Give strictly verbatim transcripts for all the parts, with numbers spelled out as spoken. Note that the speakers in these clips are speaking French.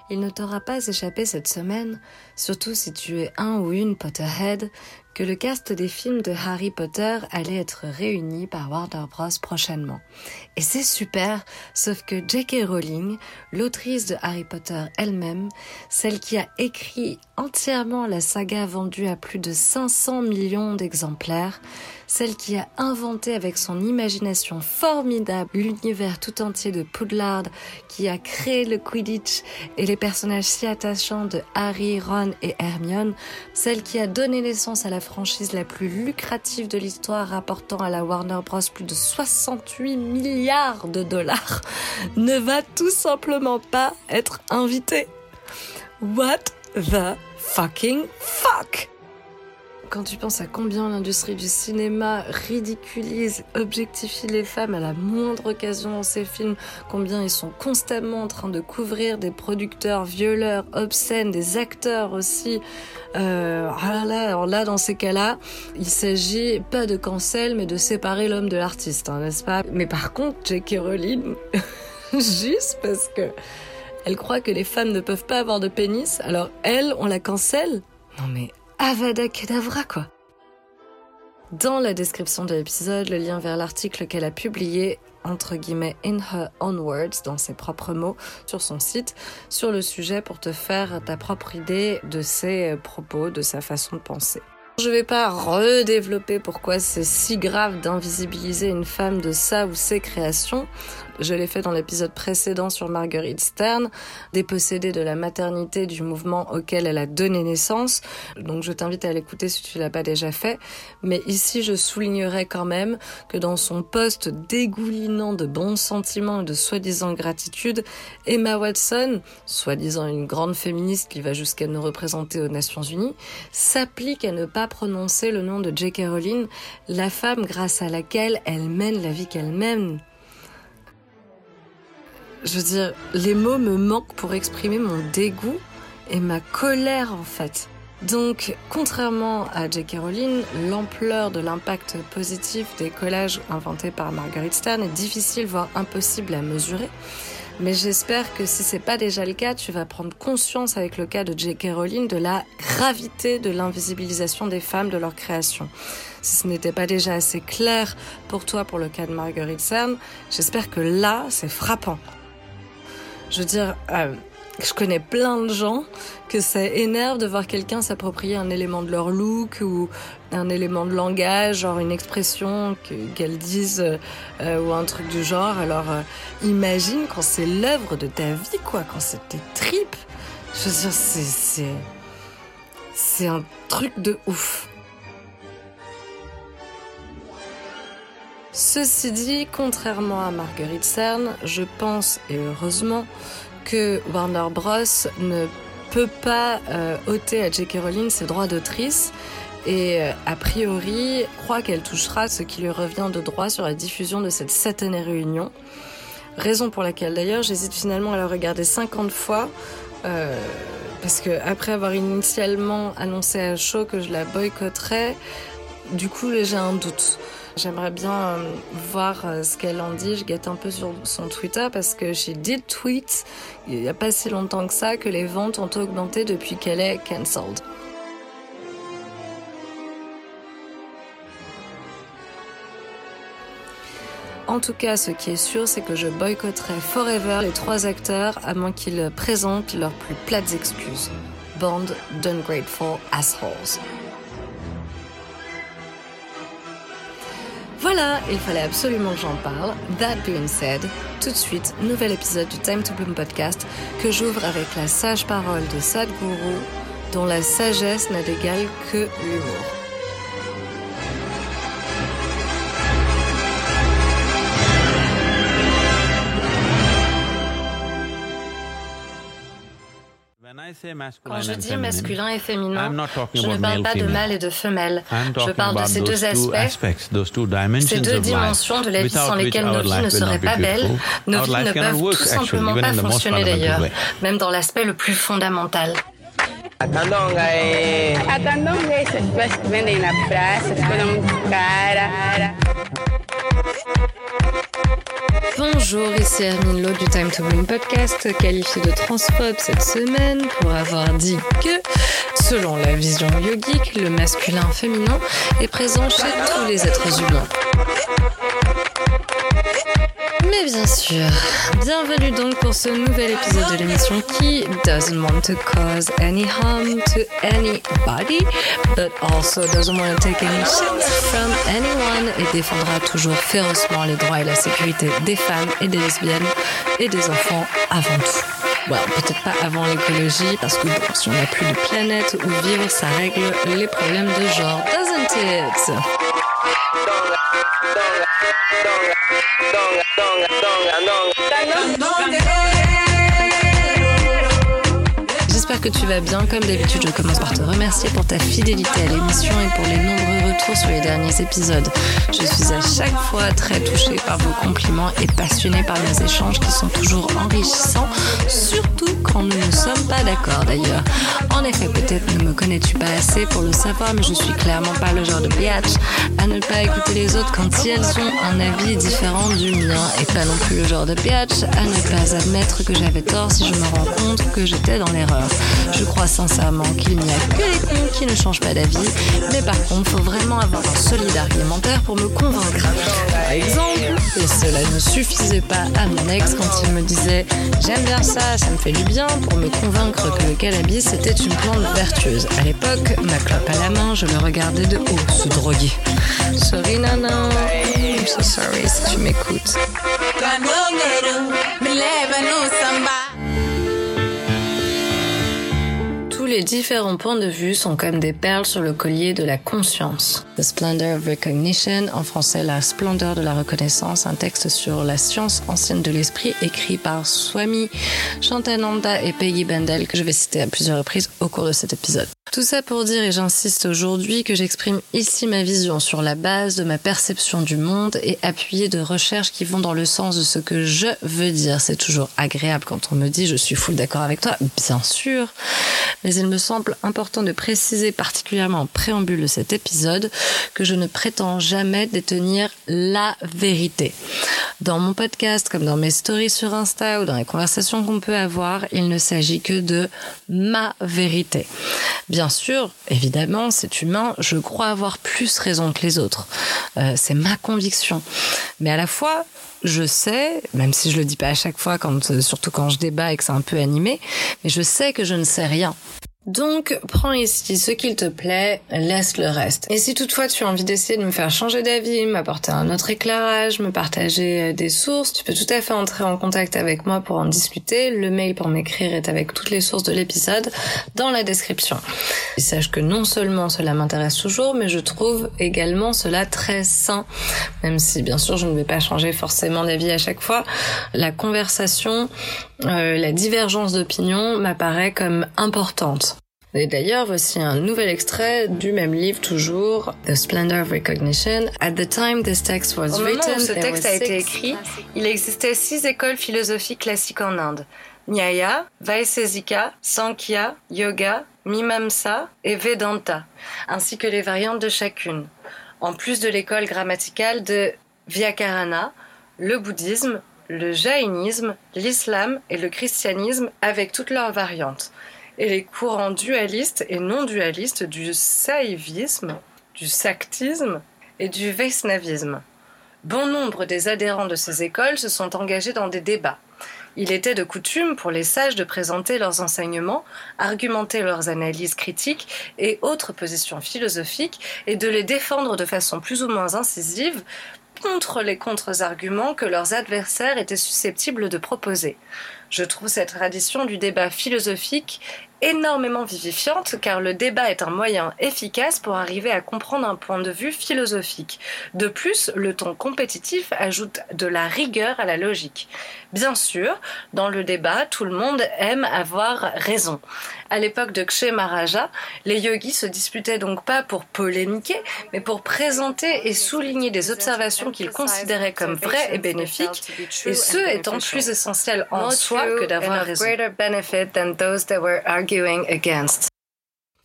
il ne t'aura pas échappé cette semaine, surtout si tu es un ou une Potterhead, que le cast des films de Harry Potter allait être réuni par Warner Bros prochainement. Et c'est super, sauf que J K. Rowling, l'autrice de Harry Potter elle-même, celle qui a écrit entièrement la saga vendue à plus de cinq cents millions d'exemplaires, celle qui a inventé avec son imagination formidable l'univers tout entier de Poudlard, qui a créé le Quidditch et les personnages si attachants de Harry, Ron et Hermione, celle qui a donné naissance à la franchise la plus lucrative de l'histoire, rapportant à la Warner Bros plus de soixante-huit milliards de dollars, ne va tout simplement pas être invitée. What the fucking fuck? Quand tu penses à combien l'industrie du cinéma ridiculise, objectifie les femmes à la moindre occasion dans ses films, combien ils sont constamment en train de couvrir des producteurs violeurs, obscènes, des acteurs aussi. Euh, ah là là, alors là, dans ces cas-là, il s'agit pas de cancel, mais de séparer l'homme de l'artiste, hein, n'est-ce pas? Mais par contre, J K. Rowling, juste parce que elle croit que les femmes ne peuvent pas avoir de pénis, alors elle, on la cancelle? Non mais... Avada Kedavra, quoi. Dans la description de l'épisode, le lien vers l'article qu'elle a publié, entre guillemets, in her own words, dans ses propres mots, sur son site, sur le sujet pour te faire ta propre idée de ses propos, de sa façon de penser. Je vais pas redévelopper pourquoi c'est si grave d'invisibiliser une femme de sa ou ses créations. Je l'ai fait dans l'épisode précédent sur Marguerite Stern, dépossédée de la maternité du mouvement auquel elle a donné naissance. Donc je t'invite à l'écouter si tu l'as pas déjà fait. Mais ici, je soulignerai quand même que dans son post dégoulinant de bons sentiments et de soi-disant gratitude, Emma Watson, soi-disant une grande féministe qui va jusqu'à nous représenter aux Nations Unies, s'applique à ne pas prononcer le nom de J K. Rowling, la femme grâce à laquelle elle mène la vie qu'elle mène. Je veux dire, les mots me manquent pour exprimer mon dégoût et ma colère, en fait. Donc, contrairement à J K. Rowling, l'ampleur de l'impact positif des collages inventés par Marguerite Stern est difficile, voire impossible à mesurer. Mais j'espère que si c'est pas déjà le cas, tu vas prendre conscience avec le cas de J K. Rowling de la gravité de l'invisibilisation des femmes de leur création. Si ce n'était pas déjà assez clair pour toi pour le cas de Marguerite Stern, j'espère que là, c'est frappant. Je veux dire, euh, je connais plein de gens que ça énerve de voir quelqu'un s'approprier un élément de leur look ou un élément de langage, genre une expression que, qu'elles disent euh, ou un truc du genre. Alors euh, imagine quand c'est l'œuvre de ta vie, quoi, quand c'est tes tripes. Je veux dire, c'est, c'est, c'est un truc de ouf. Ceci dit, contrairement à Marguerite Stern, je pense, et heureusement, que Warner Bros ne peut pas euh, ôter à J K. Rowling ses droits d'autrice et, euh, a priori, croit qu'elle touchera ce qui lui revient de droit sur la diffusion de cette satanée réunion. Raison pour laquelle, d'ailleurs, j'hésite finalement à la regarder cinquante fois, euh, parce que après avoir initialement annoncé à chaud que je la boycotterais, du coup, j'ai un doute. J'aimerais bien euh, voir euh, ce qu'elle en dit. Je guette un peu sur son Twitter parce que she did tweet, il n'y a pas si longtemps que ça, que les ventes ont augmenté depuis qu'elle est cancelled. En tout cas, ce qui est sûr, c'est que je boycotterai forever les trois acteurs à moins qu'ils présentent leurs plus plates excuses. Band d'ungrateful assholes. Voilà, il fallait absolument que j'en parle. That being said, tout de suite, nouvel épisode du Time to Bloom podcast que j'ouvre avec la sage parole de Sadhguru, dont la sagesse n'a d'égal que l'humour. Quand je dis masculin et féminin, je ne parle pas de mâle et de femelle. Je parle de ces deux aspects, ces deux dimensions de la vie sans lesquelles nos vies ne seraient pas belles. Nos vies ne peuvent tout simplement pas fonctionner d'ailleurs, même dans l'aspect le plus fondamental. Attendons, Attendons, c'est parce que na praça, ficou muito cara. Bonjour, ici Hermine Lo du Time to Bloom podcast, qualifiée de transphobe cette semaine pour avoir dit que, selon la vision yogique, le masculin féminin est présent chez tous les êtres humains. Mais bien sûr, bienvenue donc pour ce nouvel épisode de l'émission qui doesn't want to cause any harm to anybody, but also doesn't want to take any shit from anyone et défendra toujours férocement les droits et la sécurité des femmes et des lesbiennes et des enfants avant tout. Well, peut-être pas avant l'écologie, parce que bon, si on n'a plus de planète où vivre, ça règle les problèmes de genre, doesn't it? J'espère que tu vas bien. Comme d'habitude, je commence par te remercier pour ta fidélité à l'émission et pour les nombreux retours sur les derniers épisodes. Je suis à chaque fois très touchée par vos compliments et passionnée par nos échanges qui sont toujours enrichissants, surtout quand nous ne sommes pas d'accord d'ailleurs. En effet, peut-être ne me connais-tu pas assez pour le savoir, mais je suis clairement pas le genre de biatch à ne pas écouter les autres quand elles ont un avis différent du mien, et pas non plus le genre de biatch à ne pas admettre que j'avais tort si je me rends compte que j'étais dans l'erreur. Je crois sincèrement qu'il n'y a que les cons qui ne changent pas d'avis, mais par contre, faut vraiment avoir un solide argumentaire pour me convaincre. Par exemple, et cela ne suffisait pas à mon ex quand il me disait « J'aime bien ça, ça me fait du bien » pour me convaincre que le cannabis était une plante vertueuse. À l'époque, ma clope à la main, je le regardais de haut, se droguer. Sorry Nana, I'm so sorry si tu m'écoutes. Les différents points de vue sont comme des perles sur le collier de la conscience. The Splendor of Recognition, en français La splendeur de la reconnaissance, un texte sur la science ancienne de l'esprit écrit par Swami Shantananda et Peggy Bendel que je vais citer à plusieurs reprises au cours de cet épisode. Tout ça pour dire, et j'insiste aujourd'hui, que j'exprime ici ma vision sur la base de ma perception du monde et appuyée de recherches qui vont dans le sens de ce que je veux dire. C'est toujours agréable quand on me dit « je suis full d'accord avec toi », bien sûr, mais il me semble important de préciser, particulièrement en préambule de cet épisode, que je ne prétends jamais détenir la vérité. Dans mon podcast, comme dans mes stories sur Insta ou dans les conversations qu'on peut avoir, il ne s'agit que de ma vérité. Bien sûr, évidemment, c'est humain, je crois avoir plus raison que les autres. Euh, c'est ma conviction. Mais à la fois, je sais, même si je le dis pas à chaque fois, quand, surtout quand je débat et que c'est un peu animé, mais je sais que je ne sais rien. Donc, prends ici ce qu'il te plaît, laisse le reste. Et si toutefois tu as envie d'essayer de me faire changer d'avis, m'apporter un autre éclairage, me partager des sources, tu peux tout à fait entrer en contact avec moi pour en discuter. Le mail pour m'écrire est avec toutes les sources de l'épisode dans la description. Et sache que non seulement cela m'intéresse toujours, mais je trouve également cela très sain. Même si, bien sûr, je ne vais pas changer forcément d'avis à chaque fois. La conversation, euh, la divergence d'opinion m'apparaît comme importante. Et d'ailleurs, voici un nouvel extrait du même livre toujours, The Splendor of Recognition. At the time this text was Au written, moment où ce texte a été écrit, il existait six écoles philosophiques classiques en Inde. Nyaya, Vaisesika, Sankhya, Yoga, Mimamsa et Vedanta, ainsi que les variantes de chacune. En plus de l'école grammaticale de Vyakarana, le bouddhisme, le jaïnisme, l'islam et le christianisme avec toutes leurs variantes. Et les courants dualistes et non dualistes du saïvisme, du saktisme et du vaishnavisme. Bon nombre des adhérents de ces écoles se sont engagés dans des débats. Il était de coutume pour les sages de présenter leurs enseignements, argumenter leurs analyses critiques et autres positions philosophiques et de les défendre de façon plus ou moins incisive contre les contre-arguments que leurs adversaires étaient susceptibles de proposer. Je trouve cette tradition du débat philosophique énormément vivifiante car le débat est un moyen efficace pour arriver à comprendre un point de vue philosophique. De plus, le ton compétitif ajoute de la rigueur à la logique. Bien sûr, dans le débat, tout le monde aime avoir raison. À l'époque de Kshe Maharaja, les yogis se disputaient donc pas pour polémiquer, mais pour présenter et souligner des observations qu'ils considéraient comme vraies et bénéfiques, et ce étant plus essentiel en soi que d'avoir raison.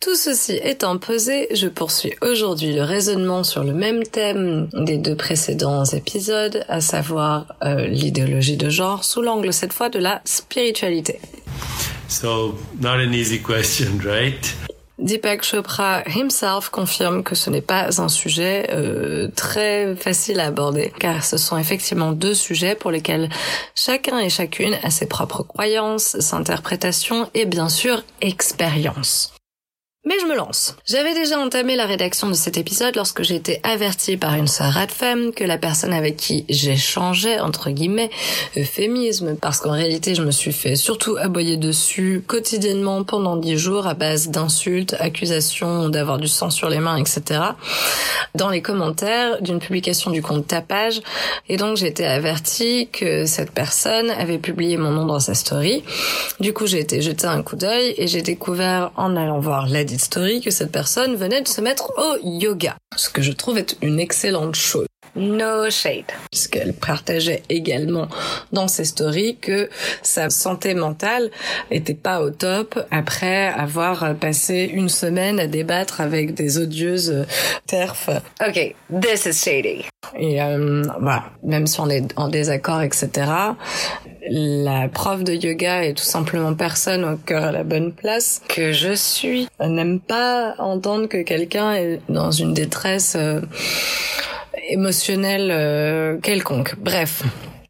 Tout ceci étant posé, je poursuis aujourd'hui le raisonnement sur le même thème des deux précédents épisodes, à savoir euh, l'idéologie de genre, sous l'angle cette fois de la spiritualité. So, not an easy question, right? Deepak Chopra himself confirme que ce n'est pas un sujet euh, très facile à aborder, car ce sont effectivement deux sujets pour lesquels chacun et chacune a ses propres croyances, ses interprétations et bien sûr expérience. Mais je me lance. J'avais déjà entamé la rédaction de cet épisode lorsque j'ai été avertie par une sœur Radfem que la personne avec qui j'échangeais, entre guillemets, euphémisme, parce qu'en réalité je me suis fait surtout aboyer dessus quotidiennement pendant dix jours à base d'insultes, accusations d'avoir du sang sur les mains, et cetera, dans les commentaires d'une publication du compte Tapage, et donc j'ai été avertie que cette personne avait publié mon nom dans sa story. Du coup j'ai été jeter un coup d'œil et j'ai découvert en allant voir la story que cette personne venait de se mettre au yoga, ce que je trouve être une excellente chose. No shade. Puisqu'elle partageait également dans ses stories que sa santé mentale était pas au top après avoir passé une semaine à débattre avec des odieuses TERF. Ok, this is shady. Et euh, voilà, même si on est en désaccord, et cetera, la prof de yoga est tout simplement personne au cœur à la bonne place que je suis. Elle n'aime pas entendre que quelqu'un est dans une détresse euh, émotionnelle euh, quelconque. Bref.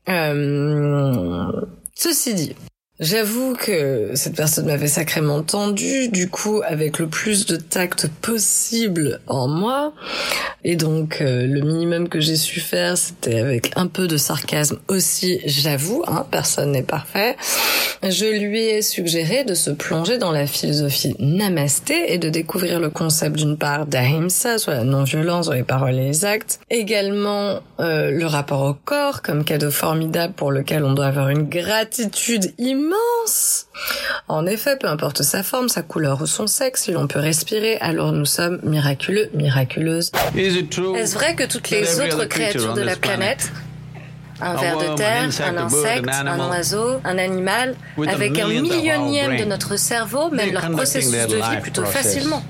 Euh, ceci dit, j'avoue que cette personne m'avait sacrément tendu, du coup, avec le plus de tact possible en moi. Et donc, euh, le minimum que j'ai su faire, c'était avec un peu de sarcasme aussi, j'avoue, hein, personne n'est parfait. Je lui ai suggéré de se plonger dans la philosophie namasté et de découvrir le concept d'une part d'ahimsa, soit la non-violence dans les paroles et les actes. Également, euh, le rapport au corps comme cadeau formidable pour lequel on doit avoir une gratitude immense. En effet, peu importe sa forme, sa couleur ou son sexe, si l'on peut respirer, alors nous sommes miraculeux, miraculeuses. Est-ce vrai que toutes les autres créatures de la planète, un ver de terre, un insecte, un oiseau, un animal, avec un millionième de notre cerveau, mènent leur processus de vie plutôt facilement?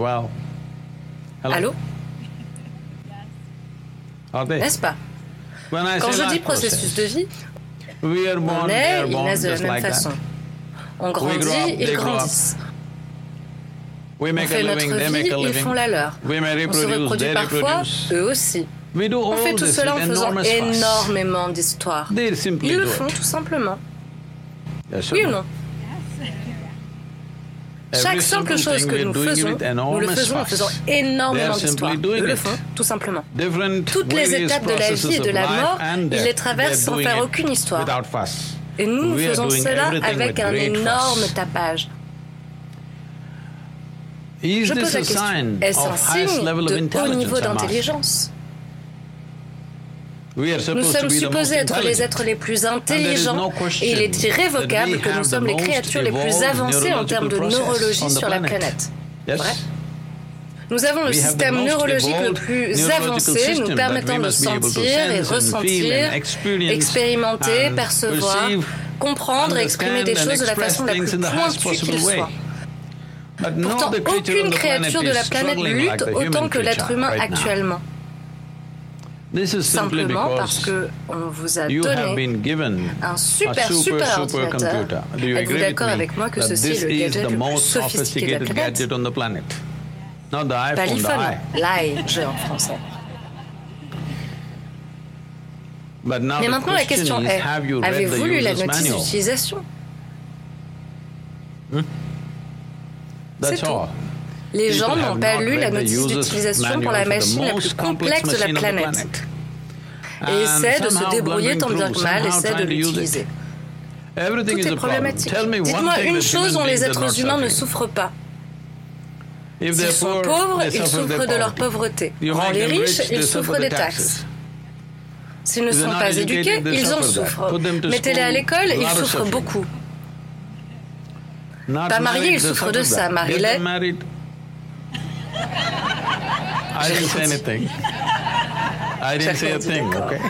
Allô? N'est-ce pas? Quand je dis processus de vie, on est, ils naissent de la même façon. On grandit, ils grandissent. On fait notre vie, ils font la leur. On se reproduit parfois, eux aussi. On fait tout cela en faisant énormément d'histoires. Ils le font tout simplement. Oui ou non? Chaque simple chose que nous faisons, nous le faisons en faisant énormément d'histoires. Eux le font tout simplement. Toutes les étapes de la vie et de la mort, ils les traversent sans faire aucune histoire. Et nous, nous faisons cela avec un énorme tapage. Je pose la question, est-ce un signe de haut niveau d'intelligence? Nous sommes supposés être les êtres les plus intelligents et il est irrévocable que nous sommes les créatures les plus avancées en termes de neurologie sur la planète. Vrai? Nous avons le système neurologique le plus avancé, nous permettant de sentir et ressentir, expérimenter, percevoir, comprendre et exprimer des choses de la façon la plus pointue qu'il soit. Pourtant, aucune créature de la planète lutte autant que l'être humain actuellement. Simplement parce qu'on vous a donné un super super ordinateur. Êtes-vous d'accord avec moi que ceci est le gadget le plus sophistiqué de la planète? Pas l'iPhone, l'i, en français. Mais maintenant la question est, avez-vous lu la notice d'utilisation? C'est tout. Les gens n'ont pas lu la notice d'utilisation pour la machine la plus complexe de la planète et essaient de se débrouiller tant bien que mal, essaient de l'utiliser. Tout est problématique. Dites-moi une chose dont les êtres humains ne souffrent pas. S'ils sont pauvres, ils souffrent de leur pauvreté. Quand les riches, ils souffrent des taxes. S'ils ne sont pas éduqués, ils en souffrent. Mettez-les à l'école, ils souffrent beaucoup. Pas mariés, ils souffrent de ça. Marie-les. I didn't say anything. I didn't say a thing, okay?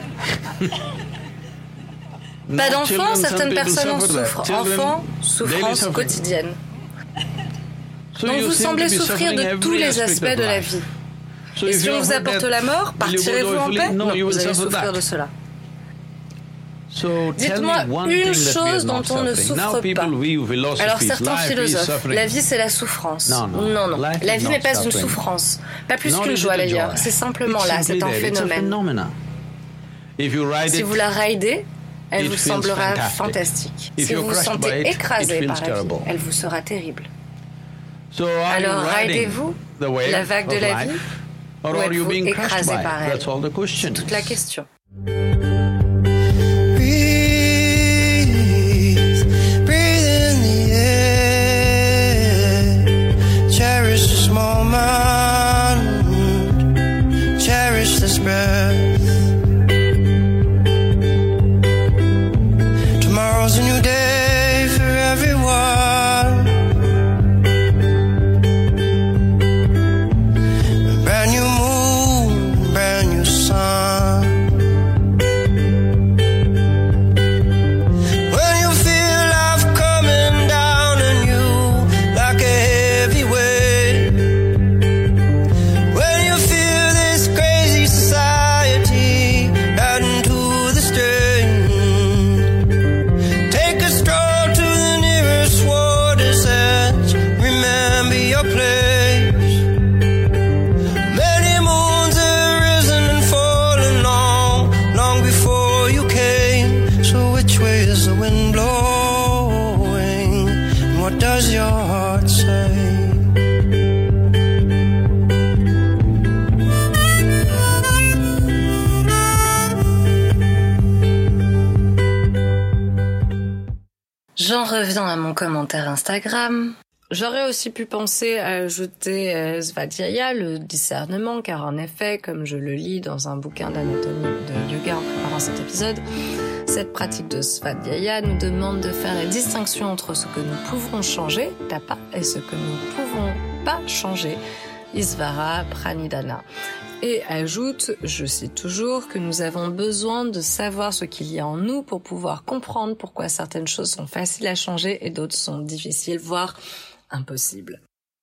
Pas d'enfants, certaines personnes en souffrent. Enfants, souffrance quotidienne. Donc vous semblez souffrir de tous les aspects de la vie. Et si on vous apporte la mort, partirez-vous en paix? Non, vous allez souffrir de cela. Dites-moi une chose dont on ne souffre pas. Alors certains philosophes, la vie c'est la souffrance. Non, non, la vie n'est pas une souffrance. Pas plus qu'une joie d'ailleurs. C'est simplement là, c'est un phénomène. Si vous la raidez, elle vous semblera fantastique. Si vous vous sentez écrasé par la vie, elle vous sera terrible. Alors raidez-vous la vague de la vie ou êtes-vous écrasé par elle? C'est toute la question. J'en reviens à mon commentaire Instagram. J'aurais aussi pu penser à ajouter euh, Svadhyaya, le discernement, car en effet, comme je le lis dans un bouquin d'anatomie de yoga en préparant cet épisode, cette pratique de Svadhyaya nous demande de faire la distinction entre ce que nous pouvons changer, tapa, et ce que nous ne pouvons pas changer, Isvara, Pranidhana. Et ajoute, je cite toujours, que nous avons besoin de savoir ce qu'il y a en nous pour pouvoir comprendre pourquoi certaines choses sont faciles à changer et d'autres sont difficiles, voire impossibles.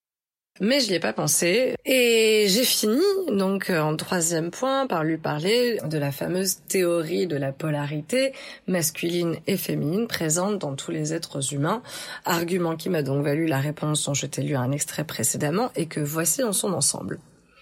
Mais je n'y ai pas pensé. Et j'ai fini, donc, en troisième point, par lui parler de la fameuse théorie de la polarité masculine et féminine présente dans tous les êtres humains, argument qui m'a donc valu la réponse dont je t'ai lu un extrait précédemment et que voici dans son ensemble.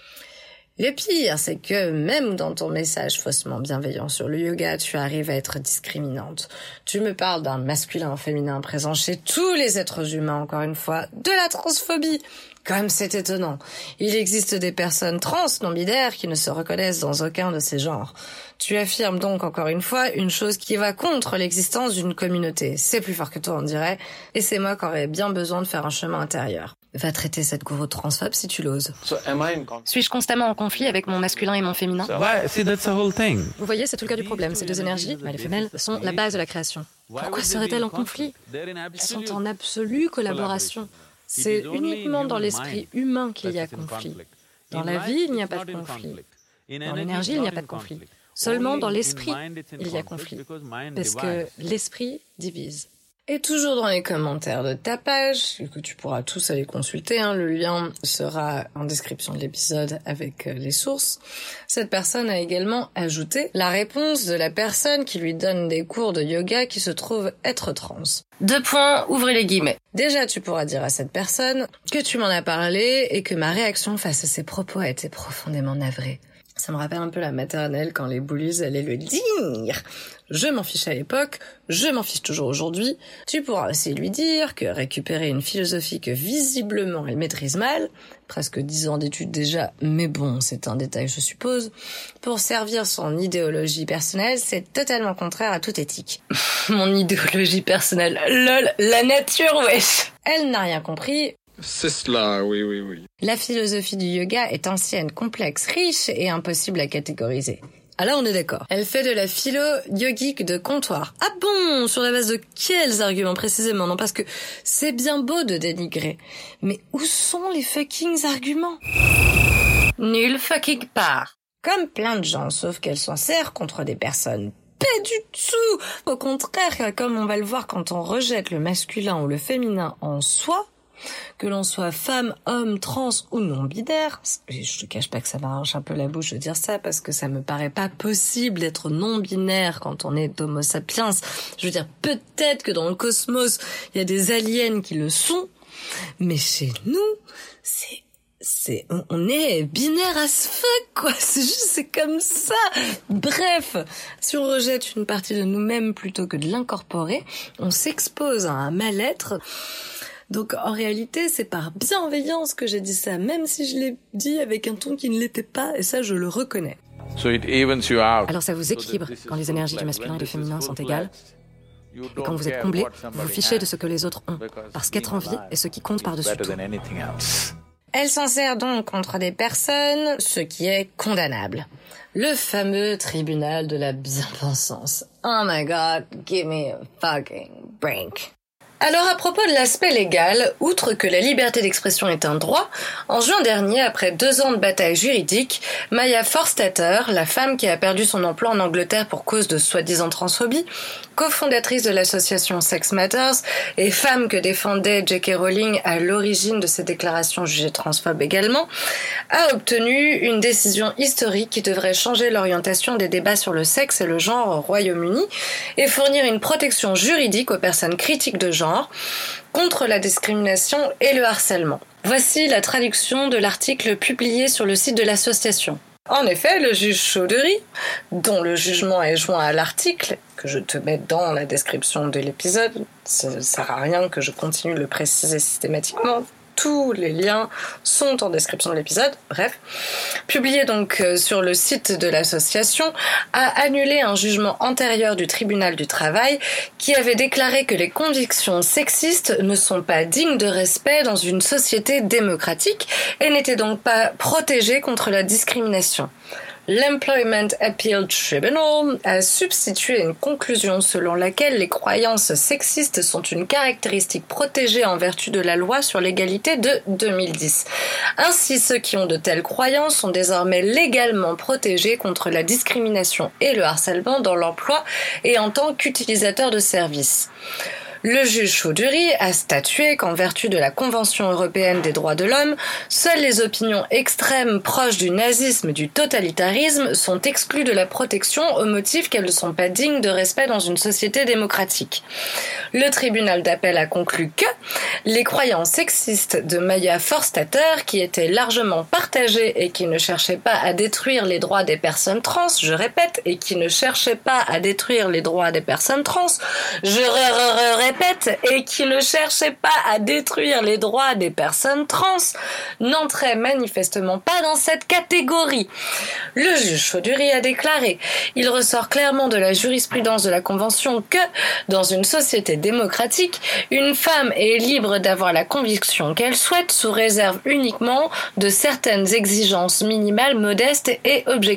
Le pire, c'est que même dans ton message faussement bienveillant sur le yoga, tu arrives à être discriminante. Tu me parles d'un masculin féminin présent chez tous les êtres humains, encore une fois, de la transphobie. Comme c'est étonnant. Il existe des personnes trans non-binaires qui ne se reconnaissent dans aucun de ces genres. Tu affirmes donc encore une fois une chose qui va contre l'existence d'une communauté. C'est plus fort que toi, on dirait, et c'est moi qui aurais bien besoin de faire un chemin intérieur. Va traiter cette gourou transphobe si tu l'oses. So, Suis-je constamment en conflit avec mon masculin et mon féminin? Why? See, that's the whole thing. Vous voyez, c'est tout le cas du problème. Ces deux énergies, mâle et femelle, sont la base de la création. Pourquoi seraient-elles en conflit? Elles sont en absolue collaboration. C'est uniquement dans l'esprit humain qu'il y a conflit. Dans la vie, il n'y a pas de conflit. Dans l'énergie, il n'y a pas de conflit. Seulement dans l'esprit, il y a conflit. Parce que l'esprit divise. Et toujours dans les commentaires de ta page, que tu pourras tous aller consulter, hein, le lien sera en description de l'épisode avec les sources, cette personne a également ajouté la réponse de la personne qui lui donne des cours de yoga qui se trouve être trans. Deux points, ouvrez les guillemets. Déjà, tu pourras dire à cette personne que tu m'en as parlé et que ma réaction face à ses propos a été profondément navrée. Ça me rappelle un peu la maternelle quand les bullies allaient le dire. Je m'en fiche à l'époque, je m'en fiche toujours aujourd'hui. Tu pourras aussi lui dire que récupérer une philosophie que visiblement elle maîtrise mal, presque dix ans d'études déjà, mais bon, c'est un détail je suppose, pour servir son idéologie personnelle, c'est totalement contraire à toute éthique. Mon idéologie personnelle, lol, la nature, wesh. Elle n'a rien compris. C'est cela, oui, oui, oui. La philosophie du yoga est ancienne, complexe, riche et impossible à catégoriser. Ah là, on est d'accord. Elle fait de la philo yogique de comptoir. Ah bon? Sur la base de quels arguments précisément? Non, parce que c'est bien beau de dénigrer. Mais où sont les fucking arguments? Nulle fucking part. Comme plein de gens, sauf qu'elle s'en sert contre des personnes. Pas du tout! Au contraire, comme on va le voir quand on rejette le masculin ou le féminin en soi, Que l'on soit femme, homme, trans ou non-binaire, je te cache pas que ça m'arrache un peu la bouche de dire ça parce que ça me paraît pas possible d'être non-binaire quand on est homo sapiens. Je veux dire, peut-être que dans le cosmos, il y a des aliens qui le sont, mais chez nous, c'est c'est on, on est binaire as fuck quoi, c'est juste c'est comme ça. Bref, si on rejette une partie de nous-mêmes plutôt que de l'incorporer, on s'expose à un mal-être. Donc en réalité, c'est par bienveillance que j'ai dit ça, même si je l'ai dit avec un ton qui ne l'était pas, et ça je le reconnais. So it evens you out. Alors ça vous équilibre quand les énergies du masculin et du féminin sont égales. Et quand vous êtes comblé, vous vous fichez de ce que les autres ont, parce qu'être en vie est ce qui compte par-dessus tout. Elle s'en sert donc contre des personnes, ce qui est condamnable. Le fameux tribunal de la bien-pensance. Oh my god, give me a fucking break. Alors à propos de l'aspect légal, outre que la liberté d'expression est un droit, en juin dernier, après deux ans de bataille juridique, Maya Forstater, la femme qui a perdu son emploi en Angleterre pour cause de soi-disant transphobie, cofondatrice de l'association Sex Matters et femme que défendait J K Rowling à l'origine de ces déclarations jugées transphobes également, a obtenu une décision historique qui devrait changer l'orientation des débats sur le sexe et le genre au Royaume-Uni et fournir une protection juridique aux personnes critiques de genre contre la discrimination et le harcèlement. Voici la traduction de l'article publié sur le site de l'association. En effet, le juge Chaudhry, dont le jugement est joint à l'article, que je te mets dans la description de l'épisode, ça ne sert à rien que je continue de le préciser systématiquement, tous les liens sont en description de l'épisode, bref, publié donc sur le site de l'association, a annulé un jugement antérieur du tribunal du travail qui avait déclaré que les convictions sexistes ne sont pas dignes de respect dans une société démocratique et n'étaient donc pas protégées contre la discrimination. L'Employment Appeal Tribunal a substitué une conclusion selon laquelle les croyances sexistes sont une caractéristique protégée en vertu de la loi sur l'égalité de deux mille dix. Ainsi, ceux qui ont de telles croyances sont désormais légalement protégés contre la discrimination et le harcèlement dans l'emploi et en tant qu'utilisateurs de services. Le juge Chaudhry a statué qu'en vertu de la Convention européenne des droits de l'homme, seules les opinions extrêmes proches du nazisme et du totalitarisme sont exclues de la protection au motif qu'elles ne sont pas dignes de respect dans une société démocratique. Le tribunal d'appel a conclu que les croyances sexistes de Maya Forstater, qui étaient largement partagées et qui ne cherchaient pas à détruire les droits des personnes trans, je répète, et qui ne cherchaient pas à détruire les droits des personnes trans, je répète, et qui ne cherchait pas à détruire les droits des personnes trans, n'entrait manifestement pas dans cette catégorie. Le juge Chaudhry a déclaré « Il ressort clairement de la jurisprudence de la Convention que, dans une société démocratique, une femme est libre d'avoir la conviction qu'elle souhaite sous réserve uniquement de certaines exigences minimales modestes et objectives. »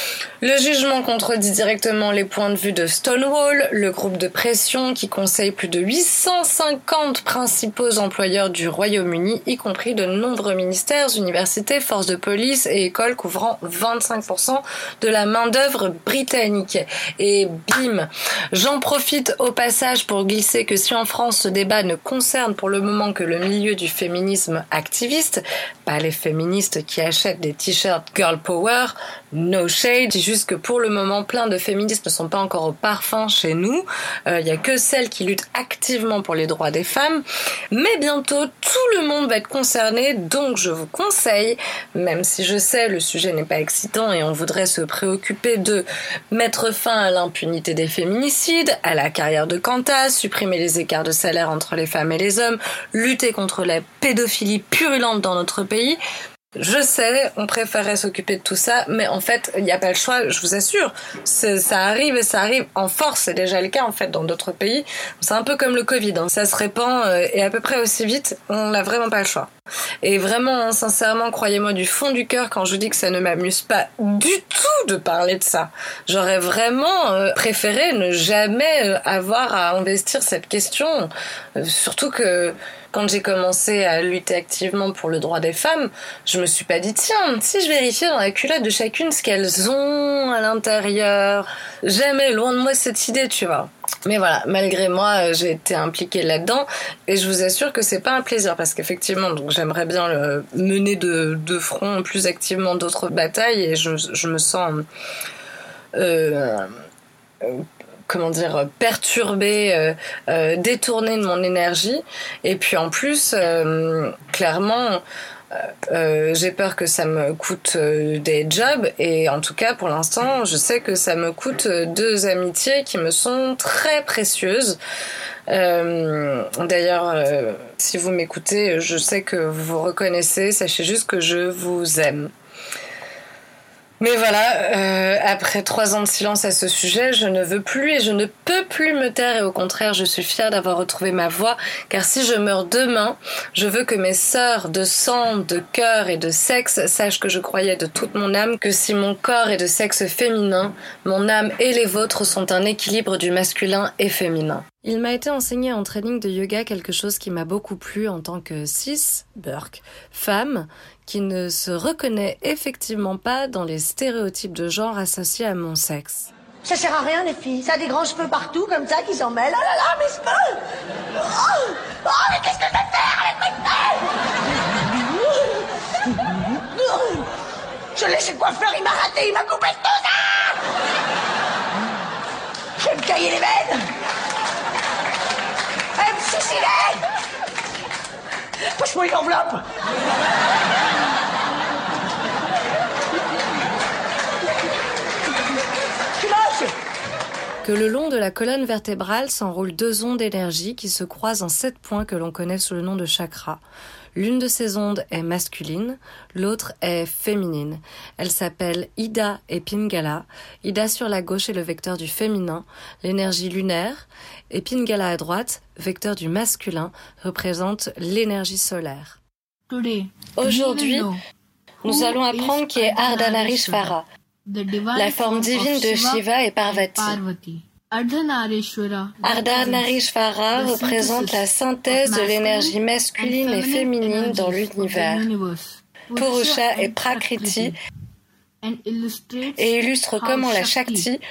Le jugement contredit directement les points de vue de Stonewall, le groupe de pression qui conseille plus de huit cent cinquante principaux employeurs du Royaume-Uni, y compris de nombreux ministères, universités, forces de police et écoles couvrant vingt-cinq pour cent de la main-d'œuvre britannique. Et bim, j'en profite au passage pour glisser que si en France ce débat ne concerne pour le moment que le milieu du féminisme activiste, pas les féministes qui achètent des t-shirts Girl Power, no shade, juste que pour le moment plein de féministes ne sont pas encore au parfum chez nous, il euh, y a que celles qui luttent activement pour les droits des femmes, mais bientôt tout le monde va être concerné, donc je vous conseille, même si je sais le sujet n'est pas excitant et on voudrait se préoccuper de mettre fin à l'impunité des féminicides, à la carrière de Qantas, supprimer les écarts de salaire entre les femmes et les hommes, lutter contre la pédophilie purulente dans notre pays. Je sais, on préférait s'occuper de tout ça, mais en fait, il n'y a pas le choix, je vous assure. C'est, ça arrive et ça arrive en force, c'est déjà le cas en fait dans d'autres pays. C'est un peu comme le Covid, hein. Ça se répand euh, et à peu près aussi vite, on n'a vraiment pas le choix. Et vraiment, hein, sincèrement, croyez-moi du fond du cœur quand je dis que ça ne m'amuse pas du tout de parler de ça. J'aurais vraiment euh, préféré ne jamais euh, avoir à investir cette question, euh, surtout que quand j'ai commencé à lutter activement pour le droit des femmes, je me suis pas dit, tiens, si je vérifiais dans la culotte de chacune ce qu'elles ont à l'intérieur. Jamais, loin de moi cette idée, tu vois. Mais voilà, malgré moi, j'ai été impliquée là-dedans et je vous assure que c'est pas un plaisir parce qu'effectivement, donc j'aimerais bien le mener de, de front plus activement d'autres batailles et je, je me sens euh, euh, comment dire perturbée, euh, euh, détournée de mon énergie et puis en plus, euh, clairement. Euh, j'ai peur que ça me coûte euh, des jobs et en tout cas pour l'instant je sais que ça me coûte deux amitiés qui me sont très précieuses. Euh, d'ailleurs euh, si vous m'écoutez je sais que vous vous reconnaissez, sachez juste que je vous aime. Mais voilà, euh, après trois ans de silence à ce sujet, je ne veux plus et je ne peux plus me taire et au contraire, je suis fière d'avoir retrouvé ma voix car si je meurs demain, je veux que mes sœurs de sang, de cœur et de sexe sachent que je croyais de toute mon âme que si mon corps est de sexe féminin, mon âme et les vôtres sont un équilibre du masculin et féminin. Il m'a été enseigné en training de yoga quelque chose qui m'a beaucoup plu en tant que cis, Burke, femme, qui ne se reconnaît effectivement pas dans les stéréotypes de genre associés à mon sexe. Ça sert à rien les filles, ça a des grands cheveux partout comme ça qui s'en mêlent. Oh là là, mes cheveux! Oh, oh mais qu'est-ce que je vais faire avec mes cheveux? Je l'ai chez le coiffeur, il m'a raté, il m'a coupé tout ça! Je vais me cailler les veines! Elle me suicider! Pousse-moi une enveloppe! Que le long de la colonne vertébrale s'enroulent deux ondes d'énergie qui se croisent en sept points que l'on connaît sous le nom de chakras. L'une de ces ondes est masculine, l'autre est féminine. Elle s'appelle Ida et Pingala. Ida sur la gauche est le vecteur du féminin, l'énergie lunaire, et Pingala à droite, vecteur du masculin, représente l'énergie solaire. Aujourd'hui, nous allons apprendre qui est Ardhanarishvara, la forme divine de Shiva et Parvati. Ardhanarishvara représente la synthèse de l'énergie masculine et féminine dans l'univers. Purusha est Prakriti et illustre comment la Shakti,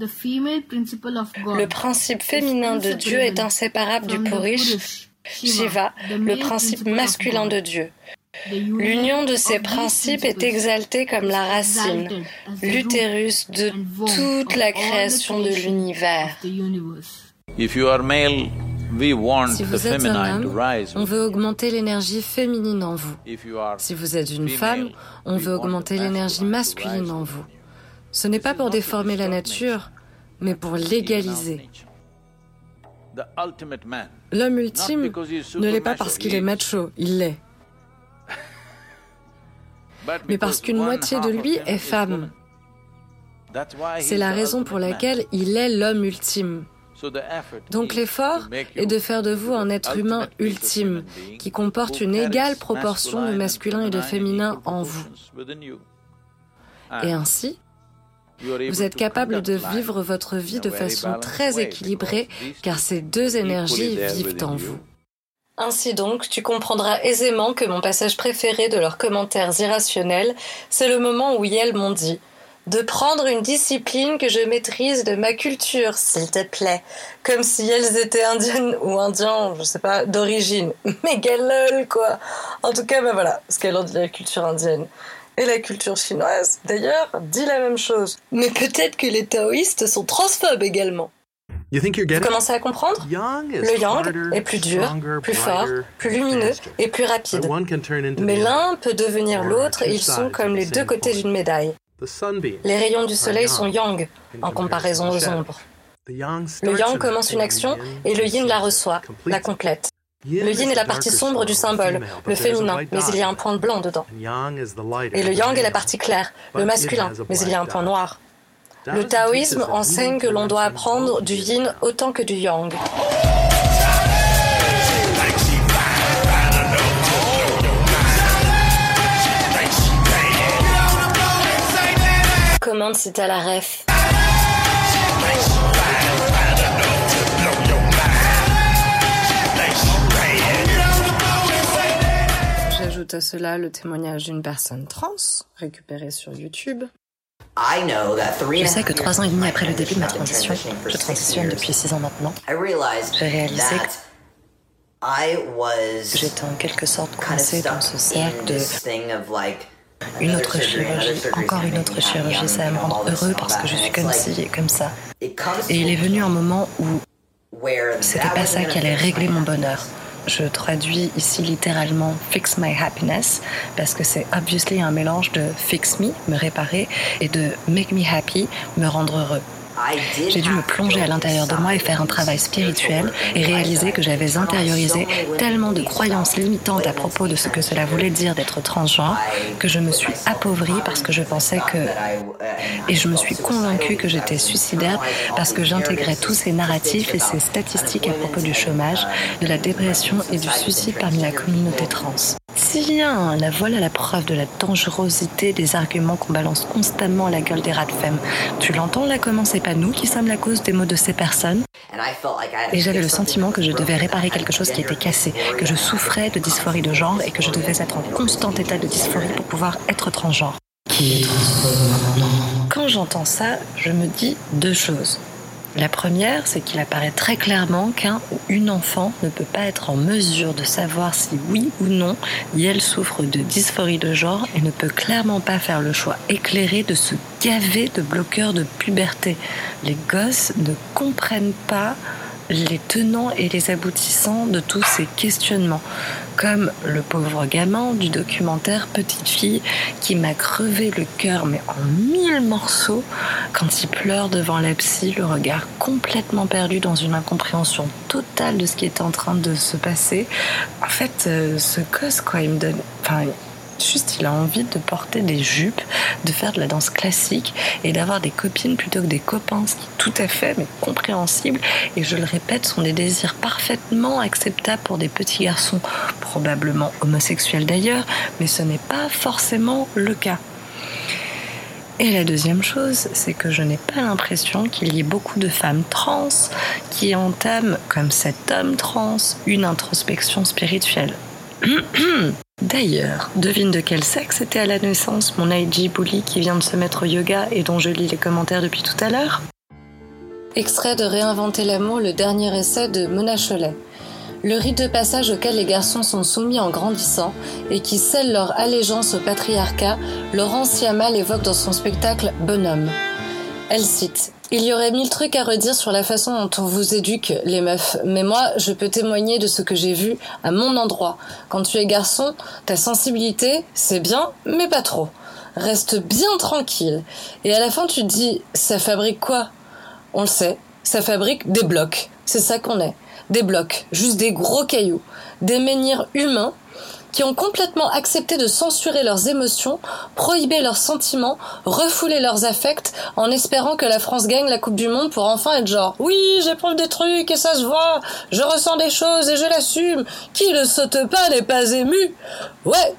le principe féminin de Dieu, est inséparable du Purish, Shiva, le principe masculin de Dieu. L'union de ces principes est exaltée comme la racine, l'utérus de toute la création de l'univers. Si vous êtes un homme, on veut augmenter l'énergie féminine en vous. Si vous êtes une femme, on veut augmenter l'énergie masculine en vous. Ce n'est pas pour déformer la nature, mais pour l'égaliser. L'homme ultime ne l'est pas parce qu'il est macho, il l'est. Mais parce qu'une moitié de lui est femme. C'est la raison pour laquelle il est l'homme ultime. Donc l'effort est de faire de vous un être humain ultime, qui comporte une égale proportion de masculin et de féminin en vous. Et ainsi, vous êtes capable de vivre votre vie de façon très équilibrée, car ces deux énergies vivent en vous. Ainsi donc, tu comprendras aisément que mon passage préféré de leurs commentaires irrationnels, c'est le moment où elles m'ont dit « de prendre une discipline que je maîtrise de ma culture, s'il te plaît », comme si elles étaient indiennes ou indiens, je sais pas, d'origine. Mais galole, quoi. En tout cas, ben voilà, ce qu'elle en dit la culture indienne. Et la culture chinoise, d'ailleurs, dit la même chose. Mais peut-être que les taoïstes sont transphobes également. Vous commencez à comprendre ? Le yang est plus dur, plus fort, plus lumineux et plus rapide. Mais l'un peut devenir l'autre et ils sont comme les deux côtés d'une médaille. Les rayons du soleil sont yang, en comparaison aux ombres. Le yang commence une action et le yin la reçoit, la complète. Le yin est la partie sombre du symbole, le féminin, mais il y a un point blanc dedans. Et le yang est la partie claire, le masculin, mais il y a un point noir. Le taoïsme enseigne que l'on doit apprendre du yin autant que du yang. Commande si t'as la ref. J'ajoute à cela le témoignage d'une personne trans, récupérée sur YouTube. Je sais que trois ans et demi après le début de ma transition, je transitionne depuis six ans maintenant, j'ai réalisé que j'étais en quelque sorte coincée dans ce cercle de une autre chirurgie, encore une autre chirurgie, ça va me rendre heureux parce que je suis comme ci et comme ça. Et il est venu un moment où c'était pas ça qui allait régler mon bonheur. Je traduis ici littéralement « fix my happiness » parce que c'est obviously un mélange de « fix me », me réparer, et de « make me happy », me rendre heureux. J'ai dû me plonger à l'intérieur de moi et faire un travail spirituel et réaliser que j'avais intériorisé tellement de croyances limitantes à propos de ce que cela voulait dire d'être transgenre que je me suis appauvrie parce que je pensais que... Et je me suis convaincue que j'étais suicidaire parce que j'intégrais tous ces narratifs et ces statistiques à propos du chômage, de la dépression et du suicide parmi la communauté trans. Tiens, la voilà la preuve de la dangerosité des arguments qu'on balance constamment à la gueule des rats de femme. Tu l'entends là comment c'est pas nous qui sommes la cause des maux de ces personnes? Et j'avais le sentiment que je devais réparer quelque chose qui était cassé, que je souffrais de dysphorie de genre et que je devais être en constant état de dysphorie pour pouvoir être transgenre. Qui est Quand j'entends ça, je me dis deux choses. La première, c'est qu'il apparaît très clairement qu'un ou une enfant ne peut pas être en mesure de savoir si oui ou non elle souffre de dysphorie de genre et ne peut clairement pas faire le choix éclairé de se gaver de bloqueurs de puberté. Les gosses ne comprennent pas les tenants et les aboutissants de tous ces questionnements, comme le pauvre gamin du documentaire Petite fille qui m'a crevé le cœur mais en mille morceaux quand il pleure devant la psy, le regard complètement perdu dans une incompréhension totale de ce qui était en train de se passer. En fait, euh, ce gosse, quoi, il me donne... Enfin, juste, il a envie de porter des jupes, de faire de la danse classique et d'avoir des copines plutôt que des copains, ce qui est tout à fait mais compréhensible. Et je le répète, sont des désirs parfaitement acceptables pour des petits garçons, probablement homosexuels d'ailleurs, mais ce n'est pas forcément le cas. Et la deuxième chose, c'est que je n'ai pas l'impression qu'il y ait beaucoup de femmes trans qui entament, comme cet homme trans, une introspection spirituelle. D'ailleurs, devine de quel sexe était à la naissance mon I G bully qui vient de se mettre au yoga et dont je lis les commentaires depuis tout à l'heure? Extrait de Réinventer l'amour, le dernier essai de Mona Chollet. Le rite de passage auquel les garçons sont soumis en grandissant et qui scelle leur allégeance au patriarcat, Laurence Yamal évoque dans son spectacle Bonhomme. Elle cite « Il y aurait mille trucs à redire sur la façon dont on vous éduque, les meufs, mais moi, je peux témoigner de ce que j'ai vu à mon endroit. Quand tu es garçon, ta sensibilité, c'est bien, mais pas trop. Reste bien tranquille. Et à la fin, tu te dis, ça fabrique quoi? On le sait, ça fabrique des blocs. C'est ça qu'on est. Des blocs, juste des gros cailloux. Des menhirs humains qui ont complètement accepté de censurer leurs émotions, prohiber leurs sentiments, refouler leurs affects, en espérant que la France gagne la Coupe du Monde pour enfin être genre « Oui, j'éprouve des trucs et ça se voit, je ressens des choses et je l'assume, qui ne saute pas n'est pas ému ?» Ouais.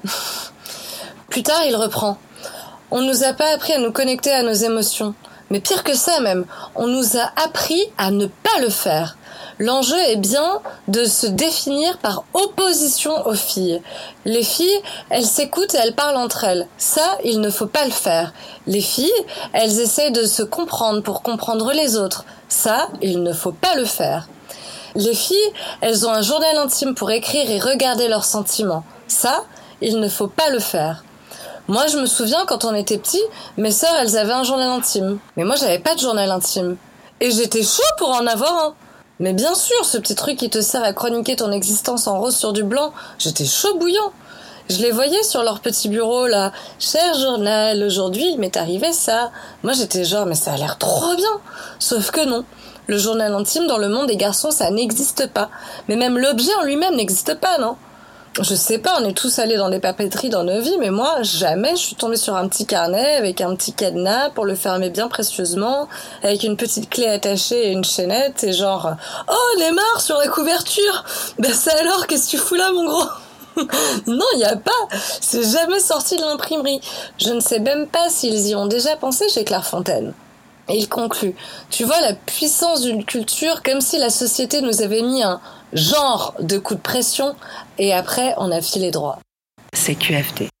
Plus tard, il reprend « On nous a pas appris à nous connecter à nos émotions. Mais pire que ça même, on nous a appris à ne pas le faire. » L'enjeu est bien de se définir par opposition aux filles. Les filles, elles s'écoutent et elles parlent entre elles. Ça, il ne faut pas le faire. Les filles, elles essayent de se comprendre pour comprendre les autres. Ça, il ne faut pas le faire. Les filles, elles ont un journal intime pour écrire et regarder leurs sentiments. Ça, il ne faut pas le faire. Moi, je me souviens, quand on était petits, mes sœurs, elles avaient un journal intime. Mais moi, j'avais pas de journal intime. Et j'étais chaud pour en avoir un. Mais bien sûr, ce petit truc qui te sert à chroniquer ton existence en rose sur du blanc, j'étais chaud bouillant. Je les voyais sur leur petit bureau, là. « Cher journal, aujourd'hui, il m'est arrivé ça. » Moi, j'étais genre, mais ça a l'air trop bien. Sauf que non. Le journal intime, dans le monde des garçons, ça n'existe pas. Mais même l'objet en lui-même n'existe pas, non? Je sais pas, on est tous allés dans des papeteries dans nos vies, mais moi, jamais je suis tombée sur un petit carnet avec un petit cadenas pour le fermer bien précieusement, avec une petite clé attachée et une chaînette, et genre « Oh, Neymar sur la couverture! Ben ça alors, qu'est-ce que tu fous là, mon gros ?» Non, il y a pas. C'est jamais sorti de l'imprimerie. Je ne sais même pas s'ils y ont déjà pensé chez Clairefontaine. Et il conclut « Tu vois la puissance d'une culture comme si la société nous avait mis un genre de coup de pression et après on a filé droit. » C'est Q F D.